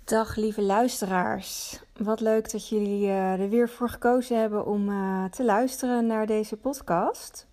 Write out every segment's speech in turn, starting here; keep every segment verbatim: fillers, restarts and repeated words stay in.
Dag lieve luisteraars, wat leuk dat jullie uh, er weer voor gekozen hebben om uh, te luisteren naar deze podcast.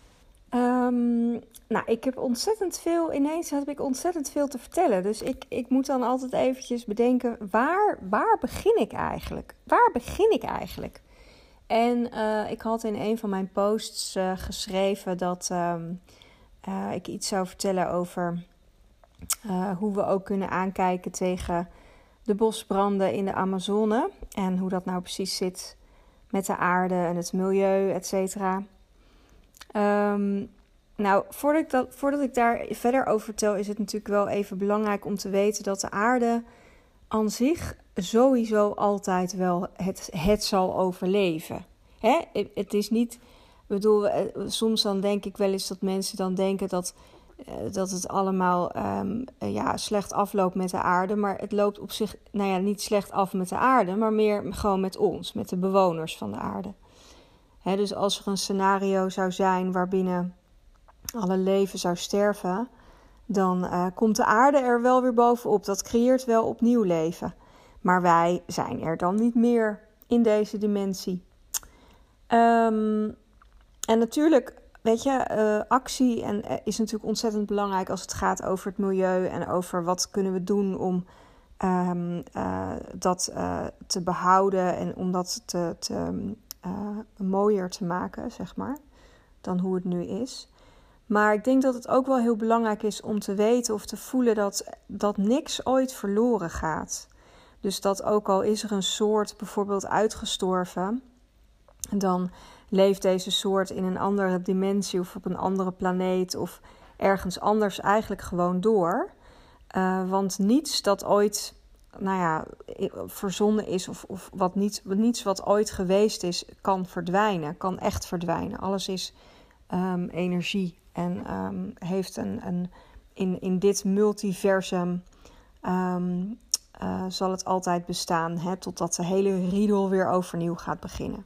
Um, nou, ik heb ontzettend veel, ineens heb ik ontzettend veel te vertellen. Dus ik, ik moet dan altijd eventjes bedenken, waar, waar begin ik eigenlijk? Waar begin ik eigenlijk? En uh, ik had in een van mijn posts uh, geschreven dat um, uh, ik iets zou vertellen over uh, hoe we ook kunnen aankijken tegen de bosbranden in de Amazone en hoe dat nou precies zit met de aarde en het milieu, et cetera. Um, nou, voordat ik, dat, voordat ik daar verder over vertel, is het natuurlijk wel even belangrijk om te weten dat de aarde aan zich sowieso altijd wel het, het zal overleven. Hè? Het is niet, ik bedoel, soms dan denk ik wel eens dat mensen dan denken dat dat het allemaal um, ja, slecht afloopt met de aarde. Maar het loopt op zich nou ja, niet slecht af met de aarde, maar meer gewoon met ons, met de bewoners van de aarde. He, dus als er een scenario zou zijn waarbinnen alle leven zou sterven, dan uh, komt de aarde er wel weer bovenop. Dat creëert wel opnieuw leven. Maar wij zijn er dan niet meer in deze dimensie. Um, en natuurlijk, weet je, uh, actie en, uh, is natuurlijk ontzettend belangrijk als het gaat over het milieu en over wat kunnen we doen om um, uh, dat uh, te behouden en om dat te, te, uh, mooier te maken, zeg maar, dan hoe het nu is. Maar ik denk dat het ook wel heel belangrijk is om te weten of te voelen dat, dat niks ooit verloren gaat. Dus dat ook al is er een soort bijvoorbeeld uitgestorven, dan leeft deze soort in een andere dimensie of op een andere planeet of ergens anders eigenlijk gewoon door. Uh, want niets dat ooit nou ja, verzonnen is of, of wat niet, niets wat ooit geweest is, kan verdwijnen, kan echt verdwijnen. Alles is um, energie en um, heeft een, een in, in dit multiversum um, uh, zal het altijd bestaan, hè, totdat de hele riedel weer overnieuw gaat beginnen.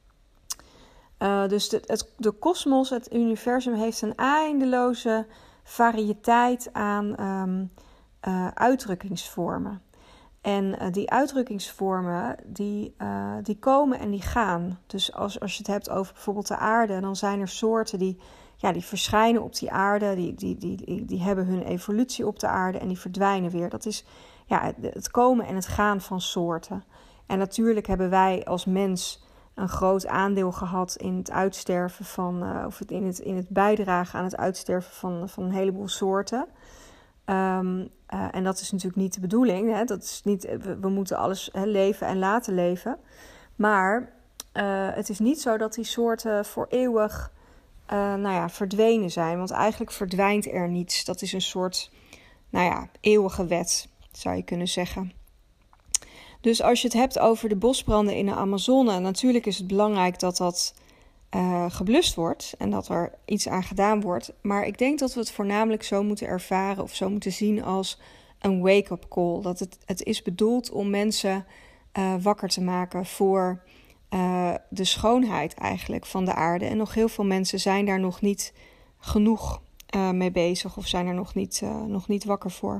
Uh, dus de, het, de kosmos, het universum, heeft een eindeloze variëteit aan um, uh, uitdrukkingsvormen. En uh, die uitdrukkingsvormen, die, uh, die komen en die gaan. Dus als, als je het hebt over bijvoorbeeld de aarde, dan zijn er soorten die, ja, die verschijnen op die aarde. Die, die, die, die, die hebben hun evolutie op de aarde en die verdwijnen weer. Dat is ja, het, het komen en het gaan van soorten. En natuurlijk hebben wij als mens een groot aandeel gehad in het uitsterven van, uh, of in het, in het bijdragen aan het uitsterven van, van een heleboel soorten. Um, uh, en dat is natuurlijk niet de bedoeling. Hè? Dat is niet, we, we moeten alles hè, leven en laten leven. Maar uh, het is niet zo dat die soorten voor eeuwig uh, nou ja, verdwenen zijn. Want eigenlijk verdwijnt er niets. Dat is een soort nou ja, eeuwige wet, zou je kunnen zeggen. Dus als je het hebt over de bosbranden in de Amazone, natuurlijk is het belangrijk dat dat uh, geblust wordt en dat er iets aan gedaan wordt. Maar ik denk dat we het voornamelijk zo moeten ervaren of zo moeten zien als een wake-up call. Dat het, het is bedoeld om mensen uh, wakker te maken voor uh, de schoonheid eigenlijk van de aarde. En nog heel veel mensen zijn daar nog niet genoeg uh, mee bezig of zijn er nog niet, uh, nog niet wakker voor.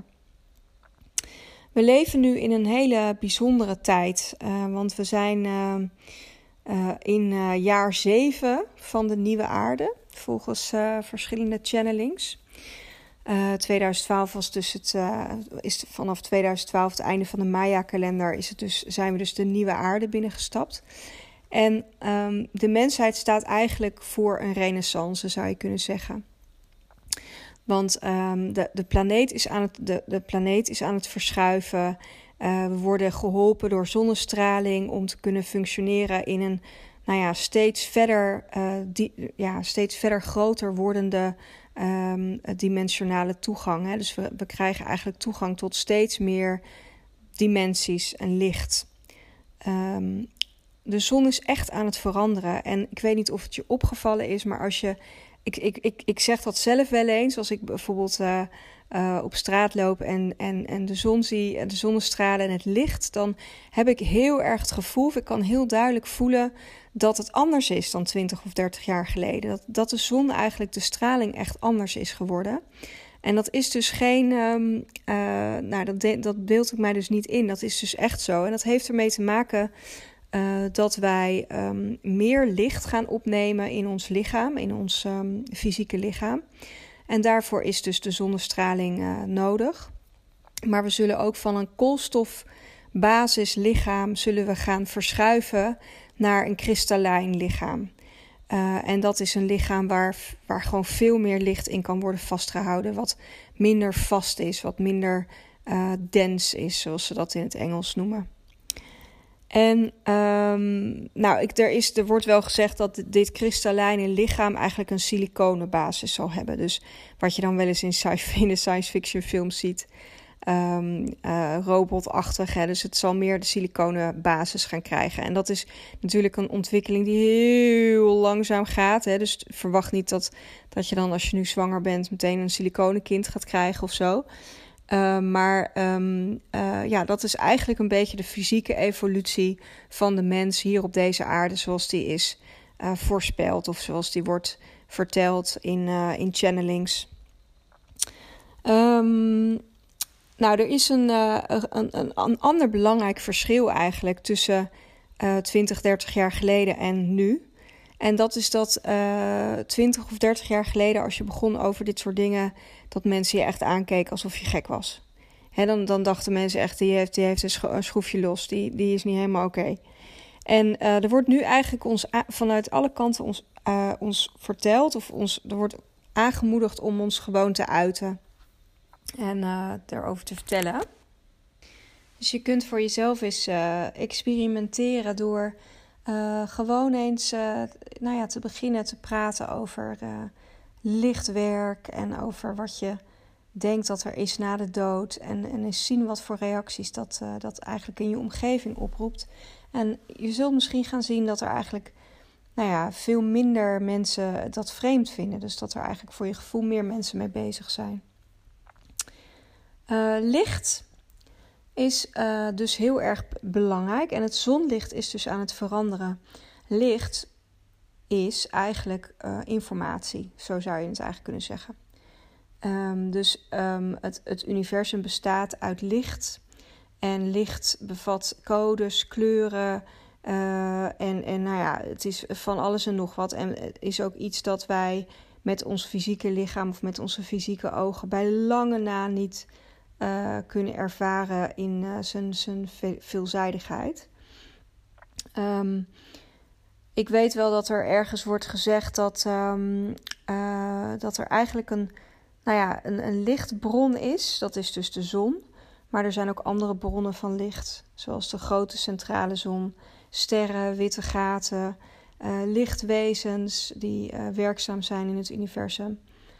We leven nu in een hele bijzondere tijd, uh, want we zijn uh, uh, in uh, jaar zeven van de nieuwe aarde, volgens uh, verschillende channelings. Uh, tweeduizend twaalf was dus het, uh, is vanaf tweeduizend twaalf, het einde van de Maya-kalender, is het dus, zijn we dus de nieuwe aarde binnengestapt. En um, de mensheid staat eigenlijk voor een renaissance, zou je kunnen zeggen. Want um, de, de, planeet is aan het, de, de planeet is aan het verschuiven. Uh, we worden geholpen door zonnestraling om te kunnen functioneren in een nou ja, steeds, verder, uh, die, ja, steeds verder groter wordende um, dimensionale toegang. Hè? Dus we, we krijgen eigenlijk toegang tot steeds meer dimensies en licht. Um, de zon is echt aan het veranderen. En ik weet niet of het je opgevallen is, maar als je... Ik, ik, ik, ik zeg dat zelf wel eens als ik bijvoorbeeld uh, uh, op straat loop en, en, en de zon zie, de zonnestralen en het licht, dan heb ik heel erg het gevoel, ik kan heel duidelijk voelen dat het anders is dan twintig of dertig jaar geleden. Dat, dat de zon eigenlijk, de straling echt anders is geworden. En dat is dus geen, um, uh, nou dat, de, dat beeld ik mij dus niet in. Dat is dus echt zo. En dat heeft ermee te maken uh, dat wij um, meer licht gaan opnemen in ons lichaam, in ons um, fysieke lichaam. En daarvoor is dus de zonnestraling uh, nodig. Maar we zullen ook van een koolstofbasislichaam zullen we gaan verschuiven naar een kristallijn lichaam. Uh, en dat is een lichaam waar, waar gewoon veel meer licht in kan worden vastgehouden. Wat minder vast is, wat minder uh, dense is, zoals ze dat in het Engels noemen. En um, nou, ik, er, is, er wordt wel gezegd dat dit kristallijne lichaam eigenlijk een siliconenbasis zal hebben. Dus wat je dan wel eens in, sci- in de science fiction films ziet. Um, uh, robotachtig. Hè? Dus het zal meer de siliconen basis gaan krijgen. En dat is natuurlijk een ontwikkeling die heel langzaam gaat. Hè? Dus verwacht niet dat, dat je dan als je nu zwanger bent meteen een siliconen kind gaat krijgen of zo. Uh, maar um, uh, ja, dat is eigenlijk een beetje de fysieke evolutie van de mens hier op deze aarde zoals die is uh, voorspeld. Of zoals die wordt verteld in, uh, in channelings. Um, Nou, er is een, uh, een, een, een ander belangrijk verschil eigenlijk tussen uh, twintig, dertig jaar geleden en nu. En dat is dat uh, twintig of dertig jaar geleden, als je begon over dit soort dingen, dat mensen je echt aankeken alsof je gek was. Hè, dan, dan dachten mensen echt, die heeft, die heeft een, scho- een schroefje los, die, die is niet helemaal oké. Okay. En uh, er wordt nu eigenlijk ons a- vanuit alle kanten ons, uh, ons verteld, of ons, er wordt aangemoedigd om ons gewoon te uiten. En uh, daarover te vertellen. Dus je kunt voor jezelf eens uh, experimenteren door uh, gewoon eens uh, nou ja, te beginnen te praten over uh, lichtwerk en over wat je denkt dat er is na de dood. En, en eens zien wat voor reacties dat, uh, dat eigenlijk in je omgeving oproept. En je zult misschien gaan zien dat er eigenlijk nou ja, veel minder mensen dat vreemd vinden. Dus dat er eigenlijk voor je gevoel meer mensen mee bezig zijn. Uh, licht is uh, dus heel erg belangrijk en het zonlicht is dus aan het veranderen. Licht is eigenlijk uh, informatie, zo zou je het eigenlijk kunnen zeggen. Um, dus um, het, het universum bestaat uit licht en licht bevat codes, kleuren uh, en, en nou ja, het is van alles en nog wat. En het is ook iets dat wij met ons fysieke lichaam of met onze fysieke ogen bij lange na niet Uh, kunnen ervaren in uh, zijn, zijn ve- veelzijdigheid. Um, ik weet wel dat er ergens wordt gezegd dat, um, uh, dat er eigenlijk een, nou ja, een, een lichtbron is. Dat is dus de zon. Maar er zijn ook andere bronnen van licht. Zoals de grote centrale zon, sterren, witte gaten, uh, lichtwezens die uh, werkzaam zijn in het universum.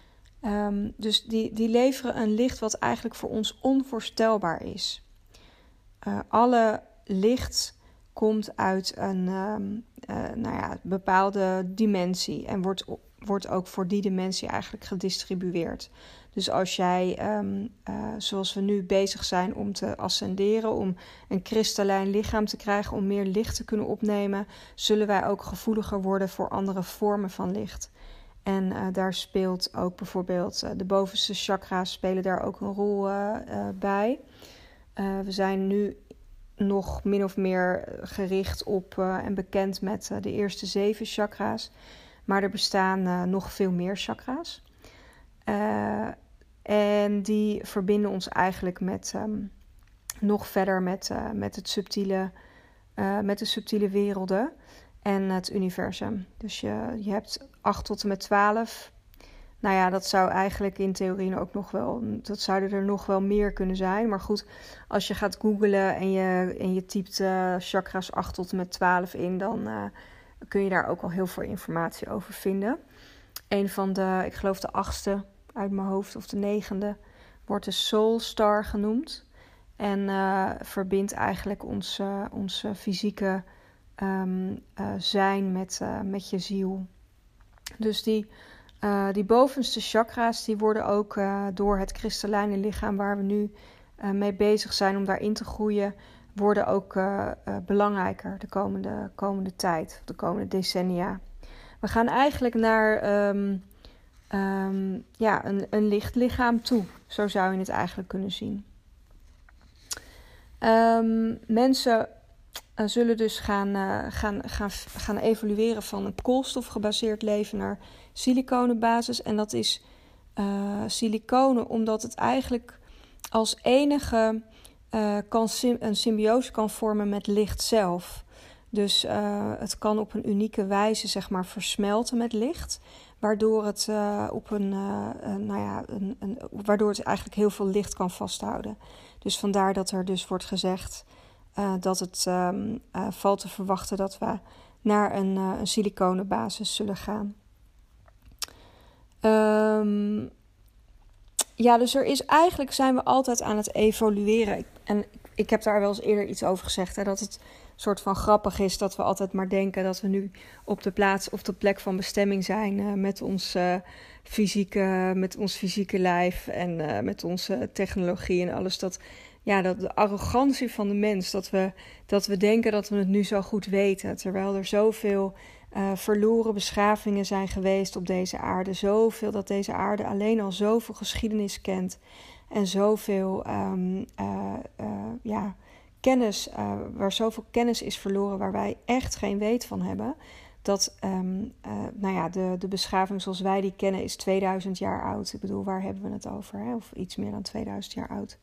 Um, dus die, die leveren een licht wat eigenlijk voor ons onvoorstelbaar is. Uh, alle licht komt uit een um, uh, nou ja, bepaalde dimensie en wordt, wordt ook voor die dimensie eigenlijk gedistribueerd. Dus als jij, um, uh, zoals we nu bezig zijn om te ascenderen, om een kristallijn lichaam te krijgen, om meer licht te kunnen opnemen, zullen wij ook gevoeliger worden voor andere vormen van licht. En uh, daar speelt ook bijvoorbeeld uh, de bovenste chakra's spelen daar ook een rol uh, uh, bij. Uh, we zijn nu nog min of meer gericht op uh, en bekend met uh, de eerste zeven chakra's. Maar er bestaan uh, nog veel meer chakra's. Uh, en die verbinden ons eigenlijk met um, nog verder met, uh, met, het subtiele, uh, met de subtiele werelden. En het universum. Dus je, je hebt acht tot en met twaalf. Nou ja, dat zou eigenlijk in theorie ook nog wel... Dat zouden er nog wel meer kunnen zijn. Maar goed, als je gaat googlen en je, en je typt uh, chakras acht tot en met twaalf in... dan uh, kun je daar ook al heel veel informatie over vinden. Een van de, ik geloof de achtste uit mijn hoofd of de negende... wordt de Soul Star genoemd. En uh, verbindt eigenlijk ons, uh, onze fysieke... Um, uh, zijn met, uh, met je ziel. Dus die, uh, die bovenste chakra's die worden ook uh, door het kristallijne lichaam waar we nu uh, mee bezig zijn om daarin te groeien, worden ook uh, uh, belangrijker de komende, komende tijd, de komende decennia. We gaan eigenlijk naar um, um, ja, een, een licht lichaam toe. Zo zou je het eigenlijk kunnen zien. Um, mensen uh, zullen dus gaan, uh, gaan, gaan, gaan evolueren van een koolstofgebaseerd leven naar siliconenbasis. En dat is uh, siliconen omdat het eigenlijk als enige uh, kan sim- een symbiose kan vormen met licht zelf. Dus uh, het kan op een unieke wijze, zeg maar, versmelten met licht, waardoor het uh, op een, uh, uh, nou ja, een, een, waardoor het eigenlijk heel veel licht kan vasthouden. Dus vandaar dat er dus wordt gezegd uh, dat het um, uh, valt te verwachten dat we naar een, uh, een siliconenbasis zullen gaan. Um, ja, dus er is eigenlijk zijn we altijd aan het evolueren. En ik heb daar wel eens eerder iets over gezegd, hè, dat het soort van grappig is dat we altijd maar denken dat we nu op de plaats of de plek van bestemming zijn uh, met ons uh, fysieke, met ons fysieke lijf en uh, met onze technologie en alles. Dat, ja, dat de arrogantie van de mens, dat we, dat we denken dat we het nu zo goed weten, terwijl er zoveel uh, verloren beschavingen zijn geweest op deze aarde, zoveel dat deze aarde alleen al zoveel geschiedenis kent en zoveel um, uh, uh, ja. kennis, uh, waar zoveel kennis is verloren, waar wij echt geen weet van hebben, dat um, uh, nou ja, de, de beschaving zoals wij die kennen is tweeduizend jaar oud. Ik bedoel, waar hebben we het over? Hè? Of iets meer dan tweeduizend jaar oud.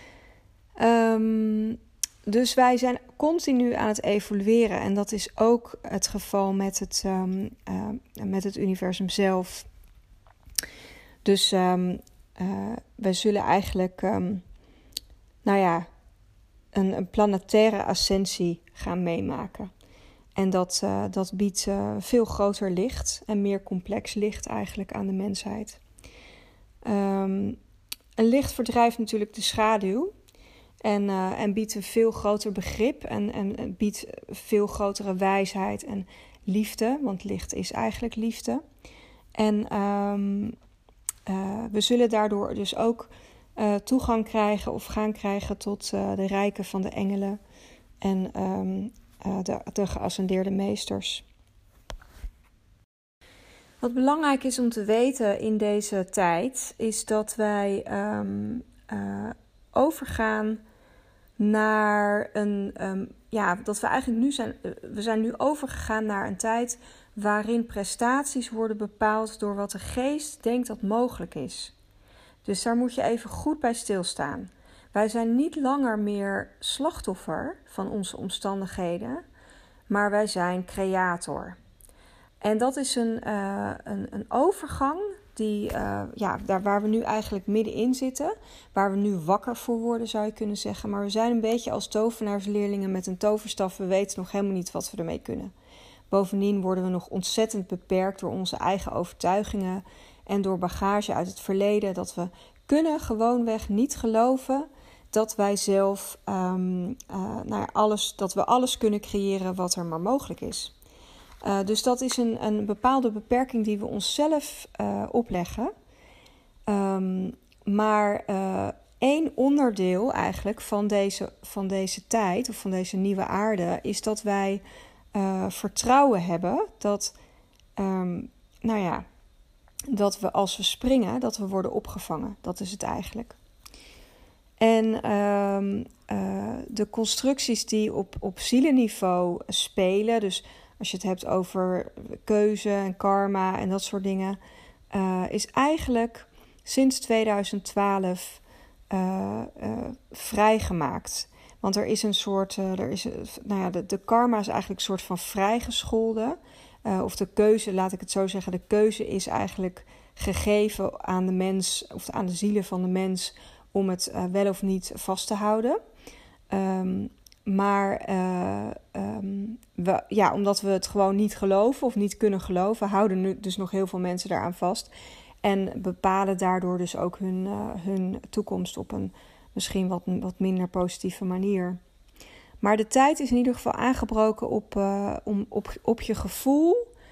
Um, dus wij zijn continu aan het evolueren en dat is ook het geval met het, um, uh, met het universum zelf. Dus um, uh, wij zullen eigenlijk, um, nou ja, Een, een planetaire ascensie gaan meemaken. En dat, uh, dat biedt uh, veel groter licht en meer complex licht eigenlijk aan de mensheid. Um, een licht verdrijft natuurlijk de schaduw en, uh, en biedt een veel groter begrip en, en, en biedt veel grotere wijsheid en liefde, want licht is eigenlijk liefde. En um, uh, we zullen daardoor dus ook Uh, toegang krijgen of gaan krijgen tot uh, de rijken van de engelen en um, uh, de, de geascendeerde meesters. Wat belangrijk is om te weten in deze tijd is dat wij um, uh, overgaan naar een, um, ja, dat we eigenlijk nu zijn, we zijn nu overgegaan naar een tijd waarin prestaties worden bepaald door wat de geest denkt dat mogelijk is. Dus daar moet je even goed bij stilstaan. Wij zijn niet langer meer slachtoffer van onze omstandigheden, maar wij zijn creator. En dat is een, uh, een, een overgang die, uh, ja, daar waar we nu eigenlijk middenin zitten, waar we nu wakker voor worden, zou je kunnen zeggen. Maar we zijn een beetje als tovenaarsleerlingen met een toverstaf. We weten nog helemaal niet wat we ermee kunnen. Bovendien worden we nog ontzettend beperkt door onze eigen overtuigingen en door bagage uit het verleden, dat we kunnen gewoonweg niet geloven dat wij zelf um, uh, nou ja, alles, dat we alles kunnen creëren wat er maar mogelijk is. Uh, dus dat is een, een bepaalde beperking die we onszelf uh, opleggen. Um, maar uh, één onderdeel eigenlijk van deze, van deze tijd of van deze nieuwe aarde is dat wij uh, vertrouwen hebben dat, um, nou ja, dat we als we springen, dat we worden opgevangen. Dat is het eigenlijk. En um, uh, de constructies die op, op zielenniveau spelen, dus als je het hebt over keuze en karma en dat soort dingen, uh, is eigenlijk sinds tweeduizend twaalf uh, uh, vrijgemaakt. Want er is een soort, uh, er is, nou ja, de, de karma is eigenlijk een soort van vrijgescholden. Uh, of de keuze, laat ik het zo zeggen, de keuze is eigenlijk gegeven aan de mens of aan de zielen van de mens om het uh, wel of niet vast te houden. Um, maar uh, um, we, ja, omdat we het gewoon niet geloven of niet kunnen geloven, houden nu dus nog heel veel mensen daaraan vast. En bepalen daardoor dus ook hun, uh, hun toekomst op een misschien wat, wat minder positieve manier. Maar de tijd is in ieder geval aangebroken op, uh, om op, op je gevoel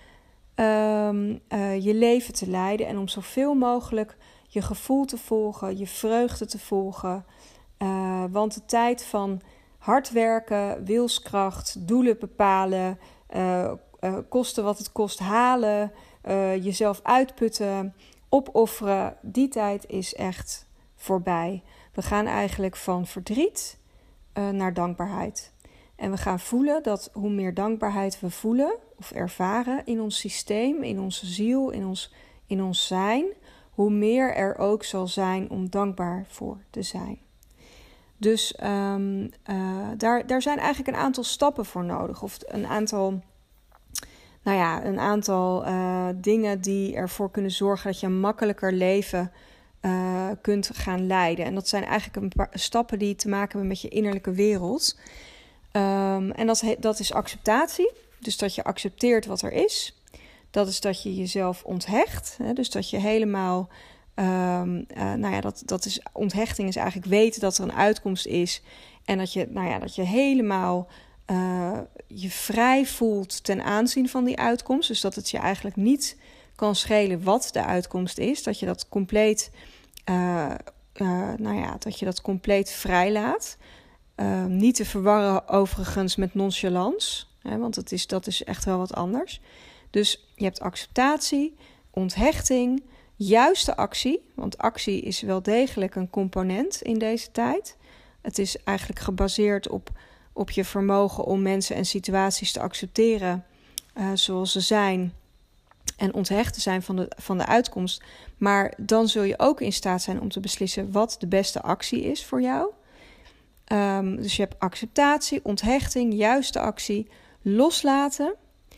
um, uh, je leven te leiden. En om zoveel mogelijk je gevoel te volgen, je vreugde te volgen. Uh, want de tijd van hard werken, wilskracht, doelen bepalen, uh, uh, kosten wat het kost halen, uh, jezelf uitputten, opofferen, die tijd is echt voorbij. We gaan eigenlijk van verdriet uh, naar dankbaarheid. En we gaan voelen dat hoe meer dankbaarheid we voelen of ervaren in ons systeem, in onze ziel, in ons, in ons zijn, hoe meer er ook zal zijn om dankbaar voor te zijn. Dus um, uh, daar, daar zijn eigenlijk een aantal stappen voor nodig. Of een aantal, nou ja, een aantal uh, dingen die ervoor kunnen zorgen dat je een makkelijker leven uh, kunt gaan leiden. En dat zijn eigenlijk een paar stappen die te maken hebben met je innerlijke wereld. Um, en dat, dat is acceptatie. Dus dat je accepteert wat er is. Dat is dat je jezelf onthecht. Hè? Dus dat je helemaal... Um, uh, nou ja, dat, dat is, onthechting is eigenlijk weten dat er een uitkomst is. En dat je, nou ja, dat je helemaal uh, je vrij voelt ten aanzien van die uitkomst. Dus dat het je eigenlijk niet kan schelen wat de uitkomst is. Dat je dat compleet, uh, uh, nou ja, dat je dat compleet vrij laat. Uh, niet te verwarren overigens met nonchalance. Hè, want het is, dat is echt wel wat anders. Dus je hebt acceptatie, onthechting, juiste actie. Want actie is wel degelijk een component in deze tijd. Het is eigenlijk gebaseerd op, op je vermogen om mensen en situaties te accepteren uh, zoals ze zijn. En onthecht te zijn van de, van de uitkomst. Maar dan zul je ook in staat zijn om te beslissen wat de beste actie is voor jou. Um, dus je hebt acceptatie, onthechting, juiste actie, loslaten.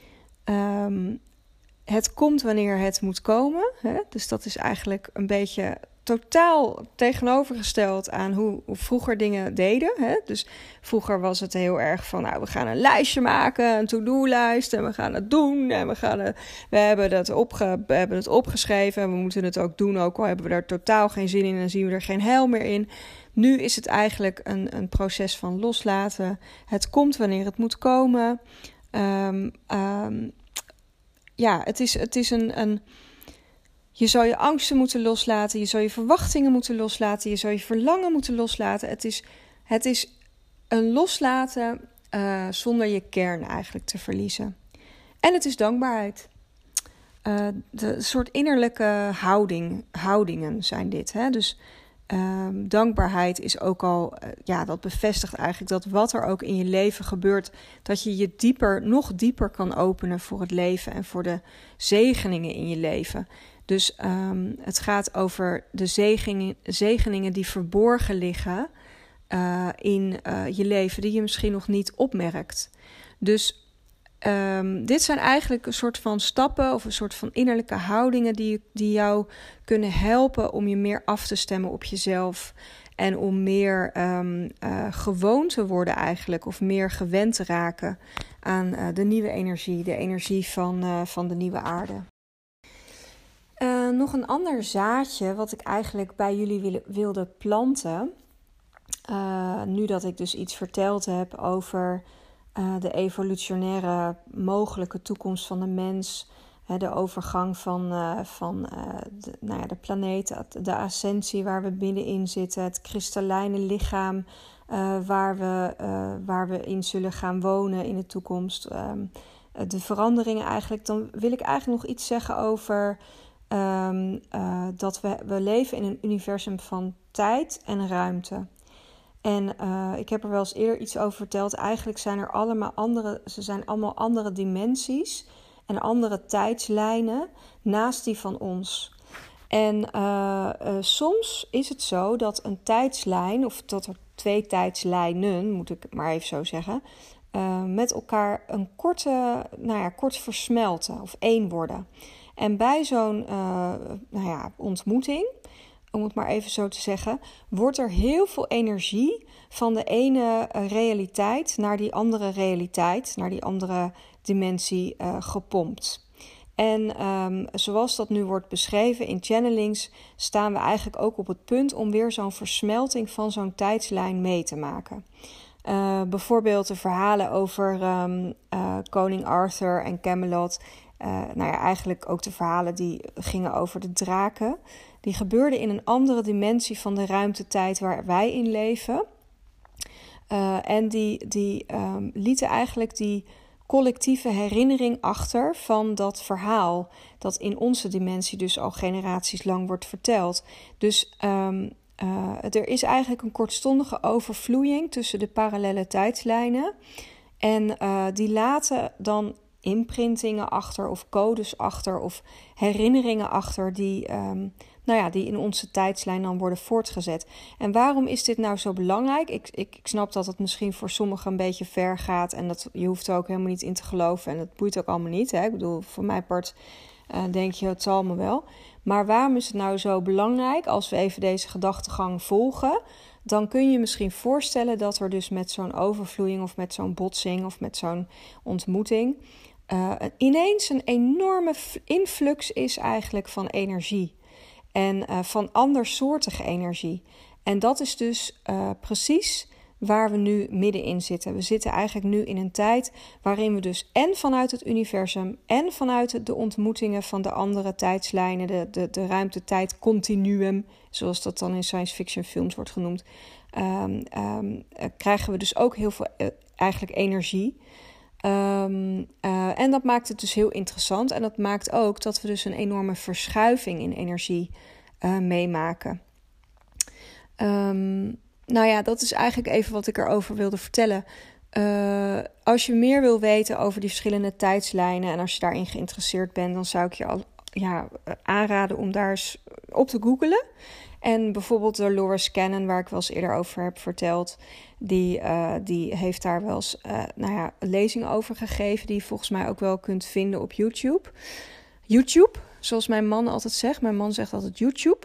Um, het komt wanneer het moet komen. Hè? Dus dat is eigenlijk een beetje totaal tegenovergesteld aan hoe, hoe vroeger dingen deden. Hè? Dus vroeger was het heel erg van, nou, we gaan een lijstje maken, een to-do-lijst en we gaan het doen. En we, gaan het, we, hebben het opge, we hebben het opgeschreven en we moeten het ook doen, ook al hebben we er totaal geen zin in en zien we er geen heil meer in. Nu is het eigenlijk een, een proces van loslaten. Het komt wanneer het moet komen. Um, um, ja, het is, het is een, een... Je zou je angsten moeten loslaten. Je zou je verwachtingen moeten loslaten. Je zou je verlangen moeten loslaten. Het is, het is een loslaten uh, zonder je kern eigenlijk te verliezen. En het is dankbaarheid. Uh, de soort innerlijke houding, houdingen zijn dit. Hè? Dus um, dankbaarheid is ook al... Uh, ja, dat bevestigt eigenlijk dat wat er ook in je leven gebeurt, dat je je dieper, nog dieper kan openen voor het leven en voor de zegeningen in je leven. Dus um, het gaat over de zegeningen, zegeningen die verborgen liggen uh, in uh, je leven, die je misschien nog niet opmerkt. Dus um, dit zijn eigenlijk een soort van stappen of een soort van innerlijke houdingen die, die jou kunnen helpen om je meer af te stemmen op jezelf. En om meer um, uh, gewoon te worden eigenlijk, of meer gewend te raken aan uh, de nieuwe energie, de energie van, uh, van de nieuwe aarde. Uh, nog een ander zaadje wat ik eigenlijk bij jullie wil, wilde planten. Uh, nu dat ik dus iets verteld heb over uh, de evolutionaire mogelijke toekomst van de mens. Hè, de overgang van, uh, van uh, de, nou ja, de planeet, de ascensie waar we binnenin zitten. Het kristallijne lichaam uh, waar, we, uh, waar we in zullen gaan wonen in de toekomst. Um, de veranderingen eigenlijk. Dan wil ik eigenlijk nog iets zeggen over... Um, uh, dat we, we leven in een universum van tijd en ruimte. En uh, ik heb er wel eens eerder iets over verteld. Eigenlijk zijn er allemaal andere, ze zijn allemaal andere dimensies en andere tijdslijnen naast die van ons. En uh, uh, soms is het zo dat een tijdslijn, of dat er twee tijdslijnen, moet ik maar even zo zeggen, uh, met elkaar een korte, nou ja, kort versmelten of één worden. En bij zo'n uh, nou ja, ontmoeting, om het maar even zo te zeggen, wordt er heel veel energie van de ene realiteit naar die andere realiteit, naar die andere dimensie uh, gepompt. En um, zoals dat nu wordt beschreven in channelings, staan we eigenlijk ook op het punt om weer zo'n versmelting van zo'n tijdslijn mee te maken. Uh, bijvoorbeeld de verhalen over um, uh, koning Arthur en Camelot. Uh, nou ja, eigenlijk ook de verhalen die gingen over de draken. Die gebeurden in een andere dimensie van de ruimtetijd waar wij in leven. Uh, en die, die um, lieten eigenlijk die collectieve herinnering achter van dat verhaal. Dat in onze dimensie dus al generaties lang wordt verteld. Dus um, uh, er is eigenlijk een kortstondige overvloeiing tussen de parallele tijdslijnen. En uh, die laten dan imprintingen achter of codes achter of herinneringen achter die, um, nou ja, die in onze tijdslijn dan worden voortgezet. En waarom is dit nou zo belangrijk? Ik, ik, ik snap dat het misschien voor sommigen een beetje ver gaat en dat je hoeft er ook helemaal niet in te geloven en dat boeit ook allemaal niet. Hè? Ik bedoel, voor mijn part uh, denk je, het zal me wel. Maar waarom is het nou zo belangrijk als we even deze gedachtegang volgen? Dan kun je je misschien voorstellen dat er dus met zo'n overvloeiing of met zo'n botsing of met zo'n ontmoeting uh, ineens een enorme influx is eigenlijk van energie. En uh, van andersoortige energie. En dat is dus uh, precies waar we nu middenin zitten. We zitten eigenlijk nu in een tijd waarin we dus en vanuit het universum en vanuit de ontmoetingen van de andere tijdslijnen, de, de, de ruimte-tijd-continuum, zoals dat dan in science fiction films wordt genoemd, um, um, uh, krijgen we dus ook heel veel uh, eigenlijk energie. Um, uh, en dat maakt het dus heel interessant. En dat maakt ook dat we dus een enorme verschuiving in energie uh, meemaken. Um, nou ja, dat is eigenlijk even wat ik erover wilde vertellen. Uh, als je meer wil weten over die verschillende tijdslijnen en als je daarin geïnteresseerd bent, dan zou ik je al, ja, aanraden om daar eens op te googlen. En bijvoorbeeld Dolores Cannon, waar ik wel eens eerder over heb verteld, die, uh, die heeft daar wel eens uh, nou ja, een lezing over gegeven, die je volgens mij ook wel kunt vinden op YouTube. YouTube, zoals mijn man altijd zegt. Mijn man zegt altijd YouTube.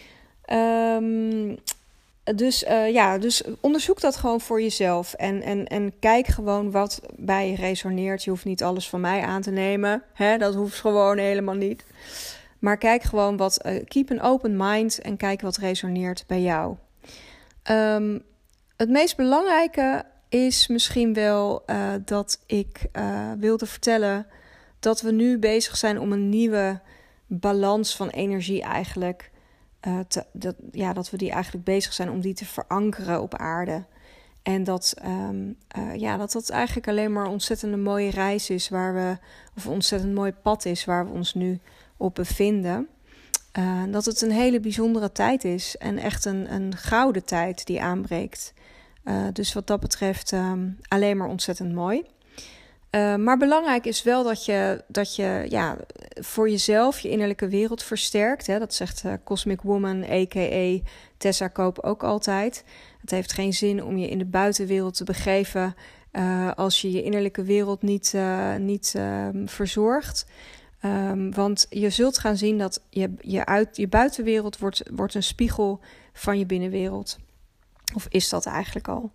Um, dus uh, ja, dus onderzoek dat gewoon voor jezelf. En, en, en kijk gewoon wat bij je resoneert. Je hoeft niet alles van mij aan te nemen. Hè? Dat hoeft gewoon helemaal niet. Maar kijk gewoon wat, uh, keep an open mind en kijk wat resoneert bij jou. Um, het meest belangrijke is misschien wel uh, dat ik uh, wilde vertellen dat we nu bezig zijn om een nieuwe balans van energie eigenlijk, uh, te, dat, ja, dat we die eigenlijk bezig zijn om die te verankeren op aarde. En dat, um, uh, ja, dat dat eigenlijk alleen maar een ontzettend mooie reis is, waar we, of een ontzettend mooi pad is waar we ons nu op bevinden. Uh, dat het een hele bijzondere tijd is en echt een, een gouden tijd die aanbreekt. Uh, dus wat dat betreft um, alleen maar ontzettend mooi. Uh, maar belangrijk is wel dat je, dat je ja, voor jezelf je innerlijke wereld versterkt. Hè? Dat zegt uh, Cosmic Woman, a k a. Tessa Koop ook altijd. Het heeft geen zin om je in de buitenwereld te begeven uh, als je je innerlijke wereld niet, uh, niet uh, verzorgt. Um, want je zult gaan zien dat je, je, uit, je buitenwereld wordt, wordt een spiegel van je binnenwereld. Of is dat eigenlijk al?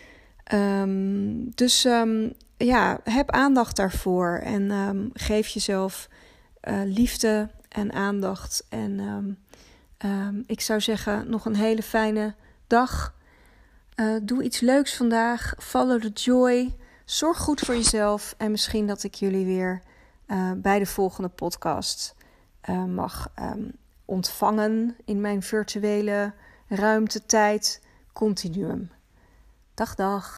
Um, dus um, ja, heb aandacht daarvoor. En um, geef jezelf uh, liefde en aandacht. En um, um, ik zou zeggen, nog een hele fijne dag. Uh, doe iets leuks vandaag. Follow the joy. Zorg goed voor jezelf. En misschien dat ik jullie weer Uh, bij de volgende podcast uh, mag um, ontvangen in mijn virtuele ruimte-tijd continuum. Dag, dag.